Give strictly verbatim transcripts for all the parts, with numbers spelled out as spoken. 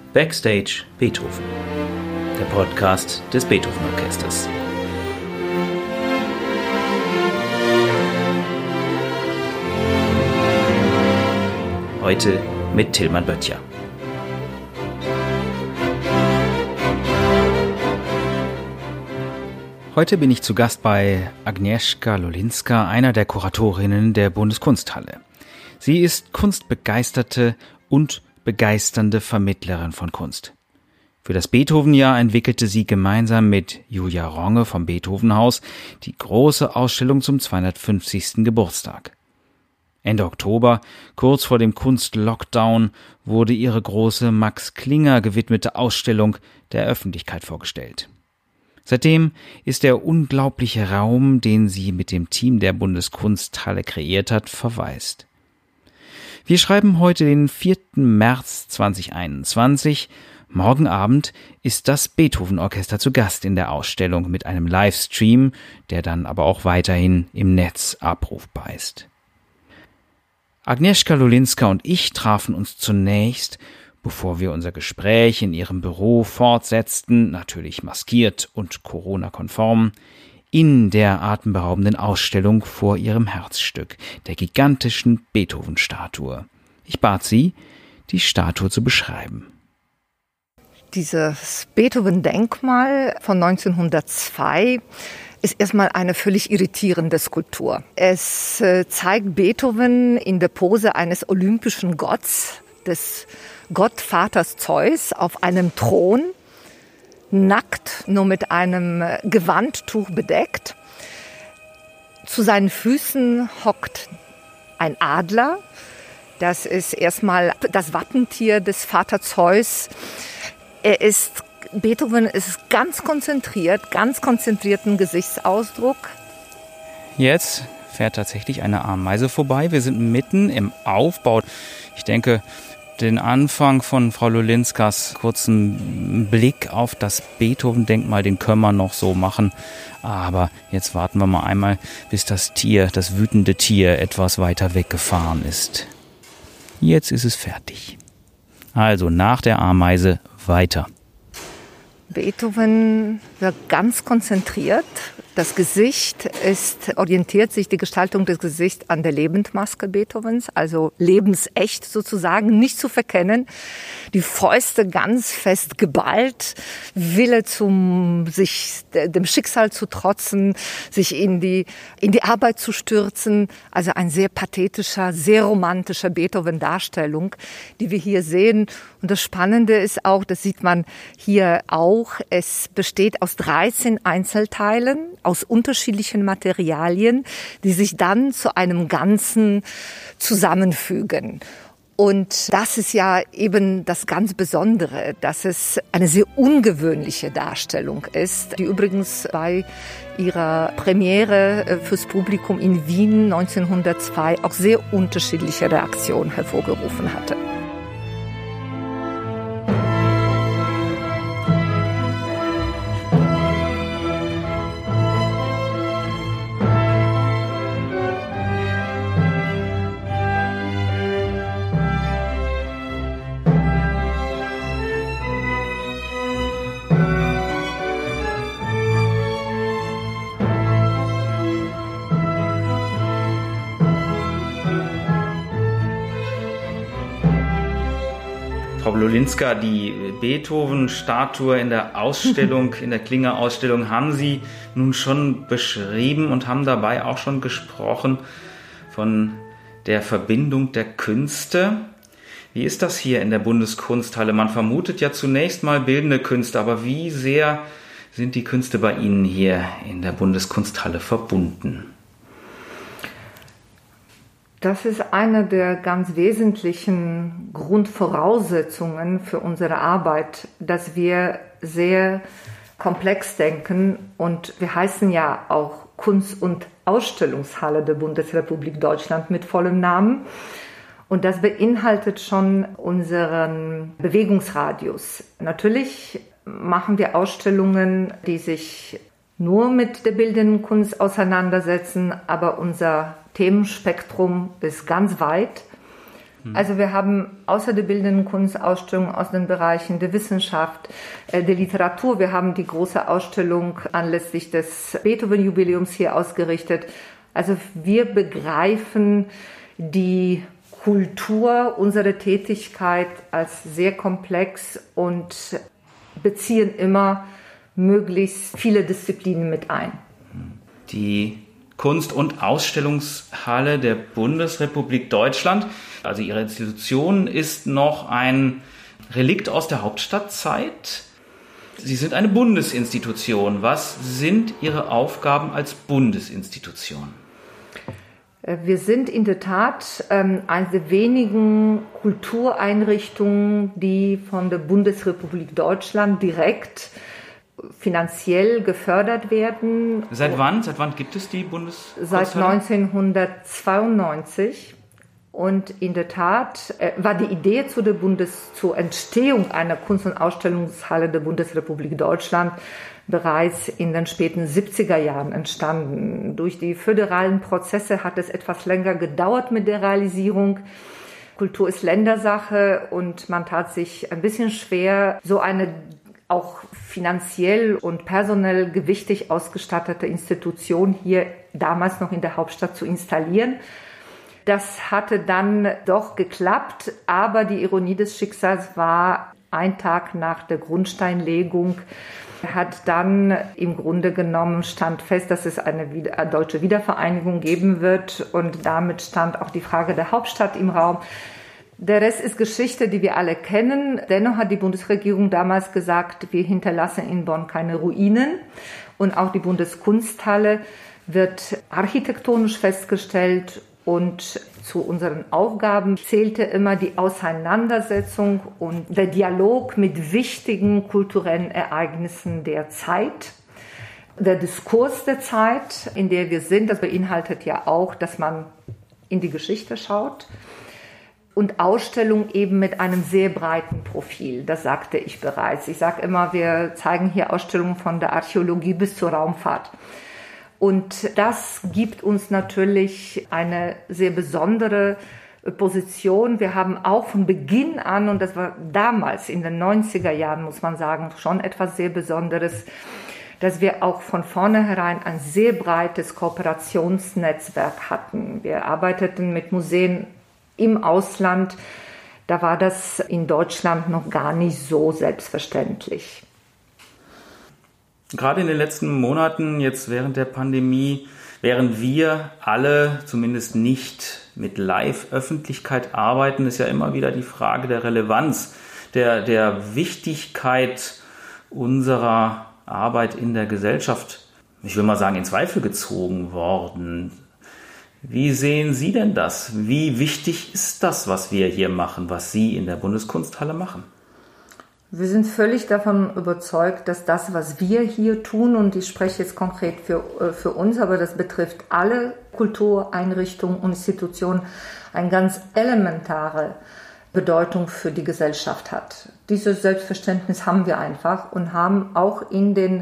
Backstage Beethoven, der Podcast des Beethoven Orchesters. Heute mit Tilman Böttcher. Heute bin ich zu Gast bei Agnieszka Lolinska, einer der Kuratorinnen der Bundeskunsthalle. Sie ist kunstbegeisterte und begeisternde Vermittlerin von Kunst. Für das Beethoven-Jahr entwickelte sie gemeinsam mit Julia Ronge vom Beethovenhaus die große Ausstellung zum zweihundertfünfzigsten Geburtstag. Ende Oktober, kurz vor dem Kunstlockdown, wurde ihre große Max Klinger gewidmete Ausstellung der Öffentlichkeit vorgestellt. Seitdem ist der unglaubliche Raum, den sie mit dem Team der Bundeskunsthalle kreiert hat, verwaist. Wir schreiben heute den vierten März zweitausendeinundzwanzig. Morgen Abend ist das Beethoven-Orchester zu Gast in der Ausstellung mit einem Livestream, der dann aber auch weiterhin im Netz abrufbar ist. Agnieszka Lolinska und ich trafen uns zunächst, bevor wir unser Gespräch in ihrem Büro fortsetzten, natürlich maskiert und Corona-konform, in der atemberaubenden Ausstellung vor ihrem Herzstück, der gigantischen Beethoven-Statue. Ich bat sie, die Statue zu beschreiben. Dieses Beethoven-Denkmal von neunzehnhundertzwei ist erstmal eine völlig irritierende Skulptur. Es äh, zeigt Beethoven in der Pose eines olympischen Gotts, des Gottvaters Zeus, auf einem Thron, nackt, nur mit einem Gewandtuch bedeckt. Zu seinen Füßen hockt ein Adler. Das ist erstmal das Wappentier des Vater Zeus. Er ist, Beethoven ist ganz konzentriert, ganz konzentrierten Gesichtsausdruck. Jetzt fährt tatsächlich eine Ameise vorbei. Wir sind mitten im Aufbau. Ich denke, den Anfang von Frau Lolinskas kurzen Blick auf das Beethoven-Denkmal, den können wir noch so machen. Aber jetzt warten wir mal einmal, bis das Tier, das wütende Tier, etwas weiter weggefahren ist. Jetzt ist es fertig. Also nach der Ameise weiter. Beethoven wird ganz konzentriert. Das Gesicht ist, orientiert sich, die Gestaltung des Gesichts an der Lebendmaske Beethovens, also lebensecht sozusagen, nicht zu verkennen. Die Fäuste ganz fest geballt, Wille zum, sich dem Schicksal zu trotzen, sich in die, in die Arbeit zu stürzen. Also ein sehr pathetischer, sehr romantischer Beethoven-Darstellung, die wir hier sehen. Und das Spannende ist auch, das sieht man hier auch, es besteht aus dreizehn Einzelteilen, aus unterschiedlichen Materialien, die sich dann zu einem Ganzen zusammenfügen. Und das ist ja eben das ganz Besondere, dass es eine sehr ungewöhnliche Darstellung ist, die übrigens bei ihrer Premiere fürs Publikum in Wien neunzehnhundertzwei auch sehr unterschiedliche Reaktionen hervorgerufen hatte. Frau Lolinska, die Beethoven-Statue in der Ausstellung, in der Klinger-Ausstellung haben Sie nun schon beschrieben und haben dabei auch schon gesprochen von der Verbindung der Künste. Wie ist das hier in der Bundeskunsthalle? Man vermutet ja zunächst mal bildende Künste, aber wie sehr sind die Künste bei Ihnen hier in der Bundeskunsthalle verbunden? Das ist eine der ganz wesentlichen Grundvoraussetzungen für unsere Arbeit, dass wir sehr komplex denken. Und wir heißen ja auch Kunst- und Ausstellungshalle der Bundesrepublik Deutschland mit vollem Namen. Und das beinhaltet schon unseren Bewegungsradius. Natürlich machen wir Ausstellungen, die sich nur mit der bildenden Kunst auseinandersetzen, aber unser Themenspektrum ist ganz weit. Also wir haben außer der bildenden Kunst Ausstellungen aus den Bereichen der Wissenschaft, der Literatur. Wir haben die große Ausstellung anlässlich des Beethoven-Jubiläums hier ausgerichtet. Also wir begreifen die Kultur, unsere Tätigkeit als sehr komplex und beziehen immer möglichst viele Disziplinen mit ein. Die Kunst- und Ausstellungshalle der Bundesrepublik Deutschland, also Ihre Institution, ist noch ein Relikt aus der Hauptstadtzeit. Sie sind eine Bundesinstitution. Was sind Ihre Aufgaben als Bundesinstitution? Wir sind in der Tat ähm, eine der wenigen Kultureinrichtungen, die von der Bundesrepublik Deutschland direkt finanziell gefördert werden. Seit wann? Seit wann gibt es die Bundeskunsthalle? Seit neunzehnhundertzweiundneunzig. Und in der Tat äh, war die Idee zu der Bundes, zur Entstehung einer Kunst- und Ausstellungshalle der Bundesrepublik Deutschland bereits in den späten siebziger Jahren entstanden. Durch die föderalen Prozesse hat es etwas länger gedauert mit der Realisierung. Kultur ist Ländersache und man tat sich ein bisschen schwer, so eine auch finanziell und personell gewichtig ausgestattete Institution hier damals noch in der Hauptstadt zu installieren. Das hatte dann doch geklappt, aber die Ironie des Schicksals war, ein Tag nach der Grundsteinlegung hat dann im Grunde genommen stand fest, dass es eine deutsche Wiedervereinigung geben wird und damit stand auch die Frage der Hauptstadt im Raum. Der Rest ist Geschichte, die wir alle kennen. Dennoch hat die Bundesregierung damals gesagt, wir hinterlassen in Bonn keine Ruinen und auch die Bundeskunsthalle wird architektonisch festgestellt. Und zu unseren Aufgaben zählte immer die Auseinandersetzung und der Dialog mit wichtigen kulturellen Ereignissen der Zeit. Der Diskurs der Zeit, in der wir sind, das beinhaltet ja auch, dass man in die Geschichte schaut. Und Ausstellung eben mit einem sehr breiten Profil, das sagte ich bereits. Ich sage immer, wir zeigen hier Ausstellungen von der Archäologie bis zur Raumfahrt. Und das gibt uns natürlich eine sehr besondere Position. Wir haben auch von Beginn an, und das war damals in den neunziger Jahren, muss man sagen, schon etwas sehr Besonderes, dass wir auch von vornherein ein sehr breites Kooperationsnetzwerk hatten. Wir arbeiteten mit Museen im Ausland. Da war das in Deutschland noch gar nicht so selbstverständlich. Gerade in den letzten Monaten, jetzt während der Pandemie, während wir alle zumindest nicht mit Live-Öffentlichkeit arbeiten, ist ja immer wieder die Frage der Relevanz, der, der Wichtigkeit unserer Arbeit in der Gesellschaft, ich will mal sagen, in Zweifel gezogen worden. Wie sehen Sie denn das? Wie wichtig ist das, was wir hier machen, was Sie in der Bundeskunsthalle machen? Wir sind völlig davon überzeugt, dass das, was wir hier tun, und ich spreche jetzt konkret für, für uns, aber das betrifft alle Kultureinrichtungen und Institutionen, eine ganz elementare Bedeutung für die Gesellschaft hat. Dieses Selbstverständnis haben wir einfach und haben auch in den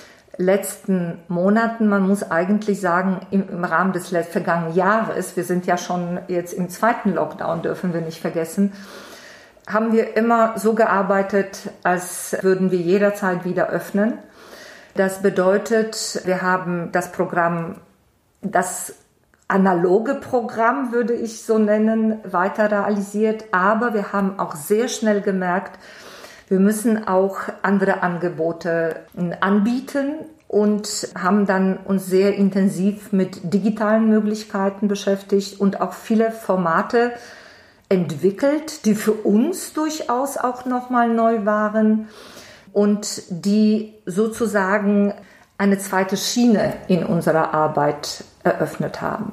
letzten Monaten, man muss eigentlich sagen, im, im Rahmen des vergangenen Jahres, wir sind ja schon jetzt im zweiten Lockdown, dürfen wir nicht vergessen, haben wir immer so gearbeitet, als würden wir jederzeit wieder öffnen. Das bedeutet, wir haben das Programm, das analoge Programm, würde ich so nennen, weiter realisiert. Aber wir haben auch sehr schnell gemerkt, wir müssen auch andere Angebote anbieten und haben dann uns sehr intensiv mit digitalen Möglichkeiten beschäftigt und auch viele Formate entwickelt, die für uns durchaus auch nochmal neu waren und die sozusagen eine zweite Schiene in unserer Arbeit eröffnet haben.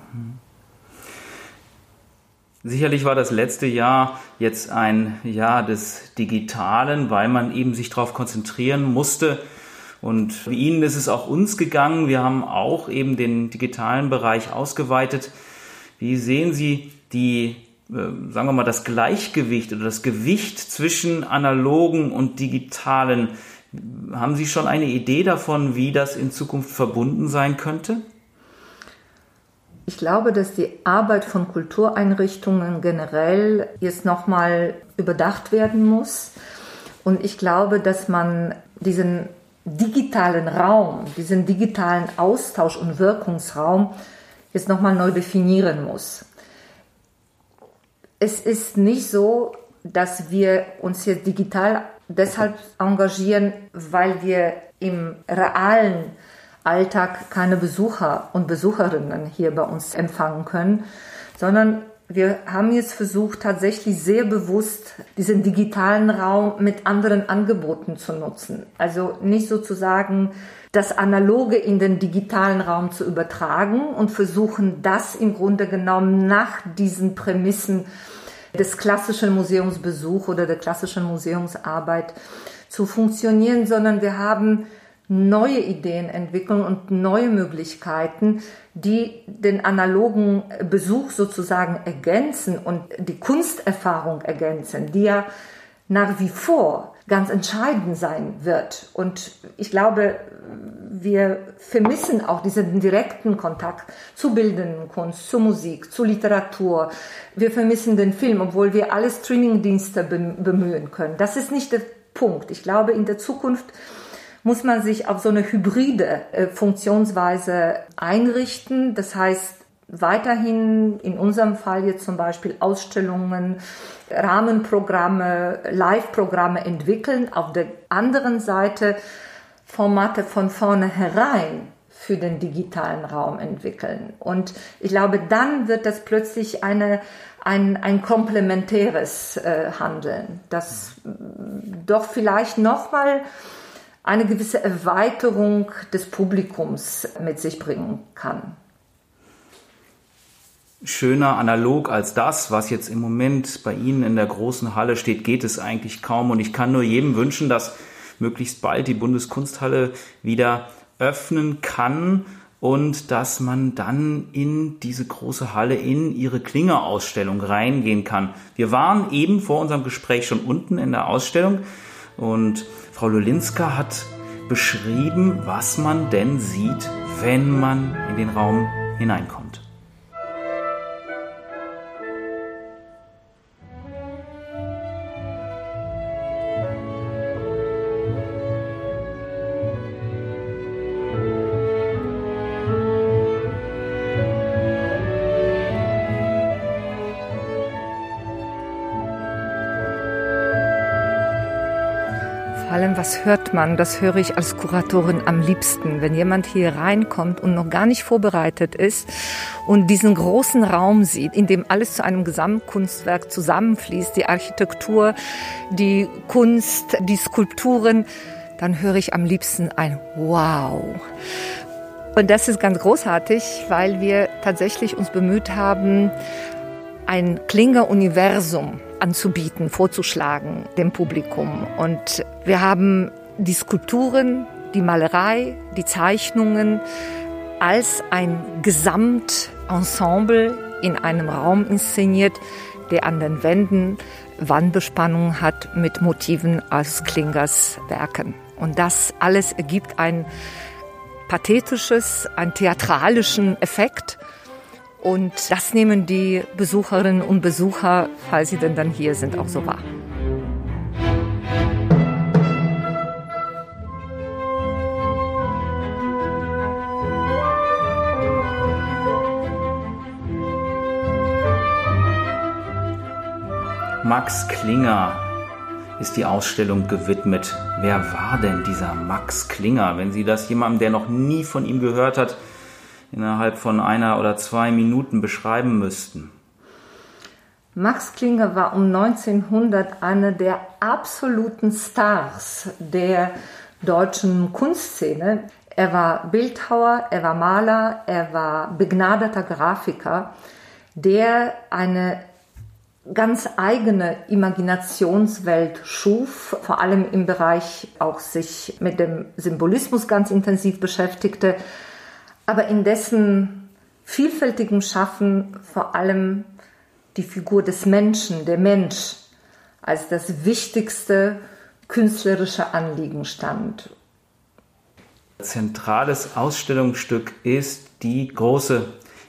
Sicherlich war das letzte Jahr jetzt ein Jahr des Digitalen, weil man eben sich darauf konzentrieren musste. Und wie Ihnen ist es auch uns gegangen. Wir haben auch eben den digitalen Bereich ausgeweitet. Wie sehen Sie die sagen wir mal, das Gleichgewicht oder das Gewicht zwischen analogen und digitalen? Haben Sie schon eine Idee davon, wie das in Zukunft verbunden sein könnte? Ich glaube, dass die Arbeit von Kultureinrichtungen generell jetzt nochmal überdacht werden muss. Und ich glaube, dass man diesen digitalen Raum, diesen digitalen Austausch- und Wirkungsraum jetzt nochmal neu definieren muss. Es ist nicht so, dass wir uns jetzt digital deshalb engagieren, weil wir im realen Alltag keine Besucher und Besucherinnen hier bei uns empfangen können, sondern wir haben jetzt versucht, tatsächlich sehr bewusst diesen digitalen Raum mit anderen Angeboten zu nutzen. Also nicht sozusagen das Analoge in den digitalen Raum zu übertragen und versuchen, das im Grunde genommen nach diesen Prämissen des klassischen Museumsbesuchs oder der klassischen Museumsarbeit zu funktionieren, sondern wir haben neue Ideen entwickeln und neue Möglichkeiten, die den analogen Besuch sozusagen ergänzen und die Kunsterfahrung ergänzen, die ja nach wie vor ganz entscheidend sein wird. Und ich glaube, wir vermissen auch diesen direkten Kontakt zu bildenden Kunst, zu Musik, zu Literatur. Wir vermissen den Film, obwohl wir alle Streamingdienste bemühen können. Das ist nicht der Punkt. Ich glaube, in der Zukunft muss man sich auf so eine hybride äh, Funktionsweise einrichten. Das heißt, weiterhin in unserem Fall jetzt zum Beispiel Ausstellungen, Rahmenprogramme, Live-Programme entwickeln. Auf der anderen Seite Formate von vornherein für den digitalen Raum entwickeln. Und ich glaube, dann wird das plötzlich eine, ein, ein komplementäres äh, Handeln, das doch vielleicht nochmal eine gewisse Erweiterung des Publikums mit sich bringen kann. Schöner analog als das, was jetzt im Moment bei Ihnen in der großen Halle steht, geht es eigentlich kaum. Und ich kann nur jedem wünschen, dass möglichst bald die Bundeskunsthalle wieder öffnen kann und dass man dann in diese große Halle, in ihre Klinger-Ausstellung reingehen kann. Wir waren eben vor unserem Gespräch schon unten in der Ausstellung und Frau Lulinska hat beschrieben, was man denn sieht, wenn man in den Raum hineinkommt. Vor allem, was hört man? Das höre ich als Kuratorin am liebsten. Wenn jemand hier reinkommt und noch gar nicht vorbereitet ist und diesen großen Raum sieht, in dem alles zu einem Gesamtkunstwerk zusammenfließt, die Architektur, die Kunst, die Skulpturen, dann höre ich am liebsten ein Wow. Und das ist ganz großartig, weil wir tatsächlich uns bemüht haben, ein Klinger-Universum anzubieten, vorzuschlagen dem Publikum. Und wir haben die Skulpturen, die Malerei, die Zeichnungen als ein Gesamtensemble in einem Raum inszeniert, der an den Wänden Wandbespannung hat mit Motiven aus Klingers Werken. Und das alles ergibt ein pathetisches, einen theatralischen Effekt. Und das nehmen die Besucherinnen und Besucher, falls sie denn dann hier sind, auch so wahr. Max Klinger ist die Ausstellung gewidmet. Wer war denn dieser Max Klinger? Wenn Sie das jemandem, der noch nie von ihm gehört hat, innerhalb von einer oder zwei Minuten beschreiben müssten. Max Klinger war um neunzehnhundert einer der absoluten Stars der deutschen Kunstszene. Er war Bildhauer, er war Maler, er war begnadeter Grafiker, der eine ganz eigene Imaginationswelt schuf, vor allem im Bereich auch sich mit dem Symbolismus ganz intensiv beschäftigte, aber in dessen vielfältigem Schaffen vor allem die Figur des Menschen, der Mensch, als das wichtigste künstlerische Anliegen stand. Zentrales Ausstellungsstück ist die große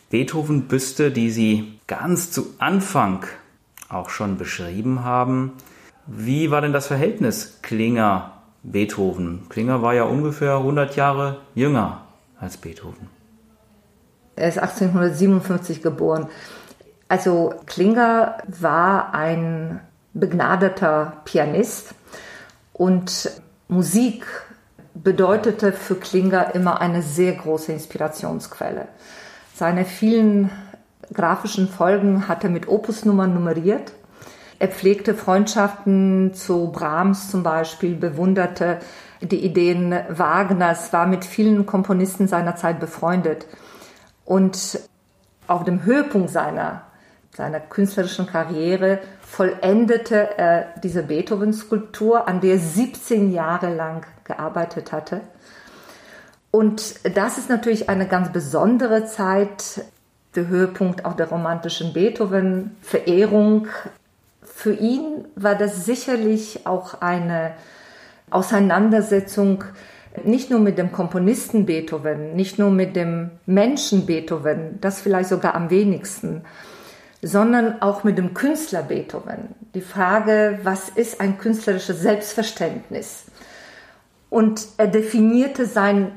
Beethoven-Büste, die Sie ganz zu Anfang auch schon beschrieben haben. Wie war denn das Verhältnis Klinger-Beethoven? Klinger war ja ungefähr hundert Jahre jünger als Beethoven. Er ist achtzehnhundertsiebenundfünfzig geboren. Also Klinger war ein begnadeter Pianist und Musik bedeutete für Klinger immer eine sehr große Inspirationsquelle. Seine vielen grafischen Folgen hat er mit Opusnummern nummeriert. Er pflegte Freundschaften zu Brahms zum Beispiel, bewunderte die Ideen Wagners, war mit vielen Komponisten seiner Zeit befreundet. Und auf dem Höhepunkt seiner, seiner künstlerischen Karriere vollendete er diese Beethoven-Skulptur, an der er siebzehn Jahre lang gearbeitet hatte. Und das ist natürlich eine ganz besondere Zeit, der Höhepunkt auch der romantischen Beethoven-Verehrung. Für ihn war das sicherlich auch eine Auseinandersetzung nicht nur mit dem Komponisten Beethoven, nicht nur mit dem Menschen Beethoven, das vielleicht sogar am wenigsten, sondern auch mit dem Künstler Beethoven. Die Frage, was ist ein künstlerisches Selbstverständnis? Und er definierte seine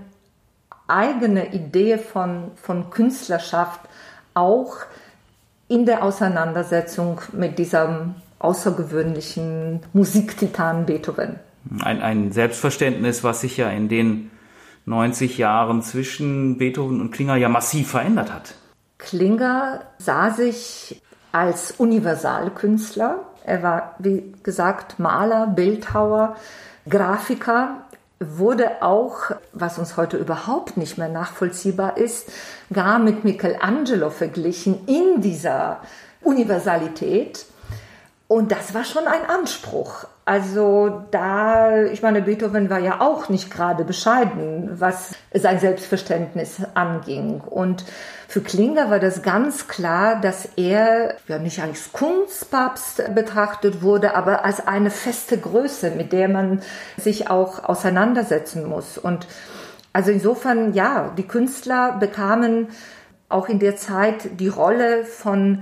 eigene Idee von, von Künstlerschaft auch in der Auseinandersetzung mit diesem außergewöhnlichen Musiktitan Beethoven. Ein, ein Selbstverständnis, was sich ja in den neunzig Jahren zwischen Beethoven und Klinger ja massiv verändert hat. Klinger sah sich als Universalkünstler. Er war, wie gesagt, Maler, Bildhauer, Grafiker, wurde auch, was uns heute überhaupt nicht mehr nachvollziehbar ist, gar mit Michelangelo verglichen in dieser Universalität. Und das war schon ein Anspruch. Also da, ich meine, Beethoven war ja auch nicht gerade bescheiden, was sein Selbstverständnis anging. Und für Klinger war das ganz klar, dass er ja nicht als Kunstpapst betrachtet wurde, aber als eine feste Größe, mit der man sich auch auseinandersetzen muss. Und also insofern, ja, die Künstler bekamen auch in der Zeit die Rolle von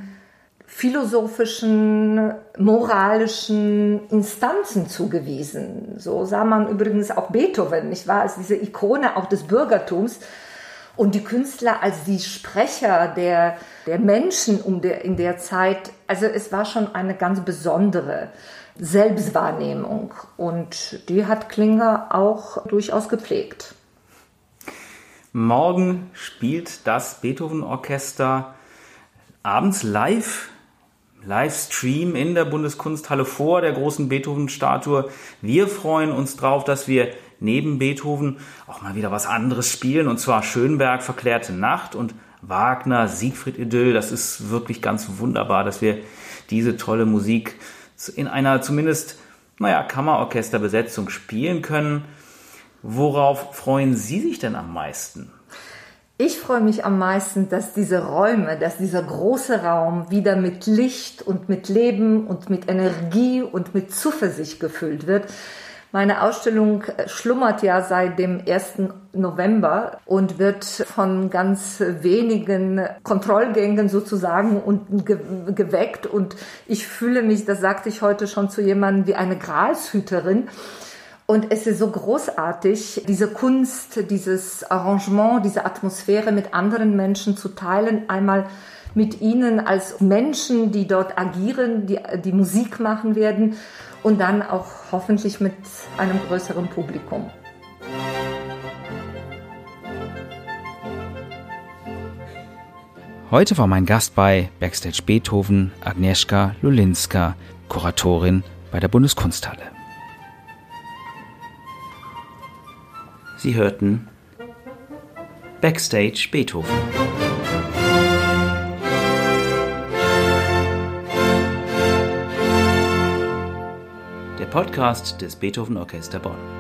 philosophischen, moralischen Instanzen zugewiesen. So sah man übrigens auch Beethoven, nicht wahr, als diese Ikone auch des Bürgertums und die Künstler als die Sprecher der, der Menschen um der, in der Zeit. Also es war schon eine ganz besondere Selbstwahrnehmung und die hat Klinger auch durchaus gepflegt. Morgen spielt das Beethoven-Orchester abends live Livestream in der Bundeskunsthalle vor der großen Beethoven-Statue. Wir freuen uns drauf, dass wir neben Beethoven auch mal wieder was anderes spielen, und zwar Schönberg, Verklärte Nacht und Wagner, Siegfried-Idyll. Das ist wirklich ganz wunderbar, dass wir diese tolle Musik in einer zumindest, naja, Kammerorchesterbesetzung spielen können. Worauf freuen Sie sich denn am meisten? Ich freue mich am meisten, dass diese Räume, dass dieser große Raum wieder mit Licht und mit Leben und mit Energie und mit Zuversicht gefüllt wird. Meine Ausstellung schlummert ja seit dem ersten November und wird von ganz wenigen Kontrollgängen sozusagen und ge- geweckt. Und ich fühle mich, das sagte ich heute schon zu jemandem, wie eine Gralshüterin. Und es ist so großartig, diese Kunst, dieses Arrangement, diese Atmosphäre mit anderen Menschen zu teilen. Einmal mit ihnen als Menschen, die dort agieren, die, die Musik machen werden. Und dann auch hoffentlich mit einem größeren Publikum. Heute war mein Gast bei Backstage Beethoven Agnieszka Lulinska, Kuratorin bei der Bundeskunsthalle. Sie hörten Backstage Beethoven. Der Podcast des Beethoven Orchester Bonn.